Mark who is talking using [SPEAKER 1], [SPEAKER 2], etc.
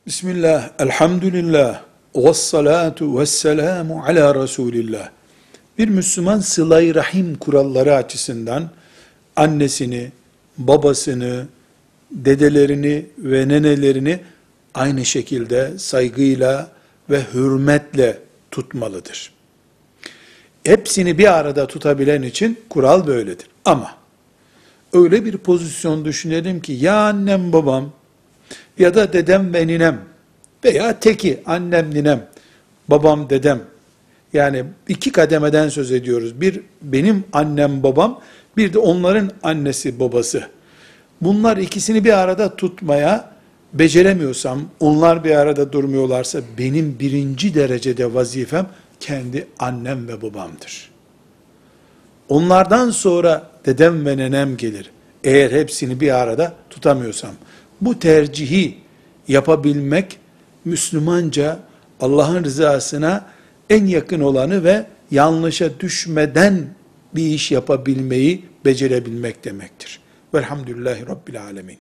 [SPEAKER 1] Bismillah, elhamdülillah, vessalatu vesselamu ala Resulillah. Bir Müslüman sıla-i rahim kuralları açısından annesini, babasını, dedelerini ve nenelerini aynı şekilde saygıyla ve hürmetle tutmalıdır. Hepsini bir arada tutabilen için kural böyledir. Ama öyle bir pozisyon düşünelim ki ya annem babam ya da dedem ve ninem veya teki annem ninem, babam dedem, yani iki kademeden söz ediyoruz. Bir benim annem babam, bir de onların annesi babası. Bunlar ikisini bir arada tutmaya beceremiyorsam, onlar bir arada durmuyorlarsa benim birinci derecede vazifem kendi annem ve babamdır. Onlardan sonra dedem ve nenem gelir. Eğer hepsini bir arada tutamıyorsam. Bu tercihi yapabilmek Müslümanca Allah'ın rızasına en yakın olanı ve yanlışa düşmeden bir iş yapabilmeyi becerebilmek demektir. Velhamdülillahi Rabbil Alemin.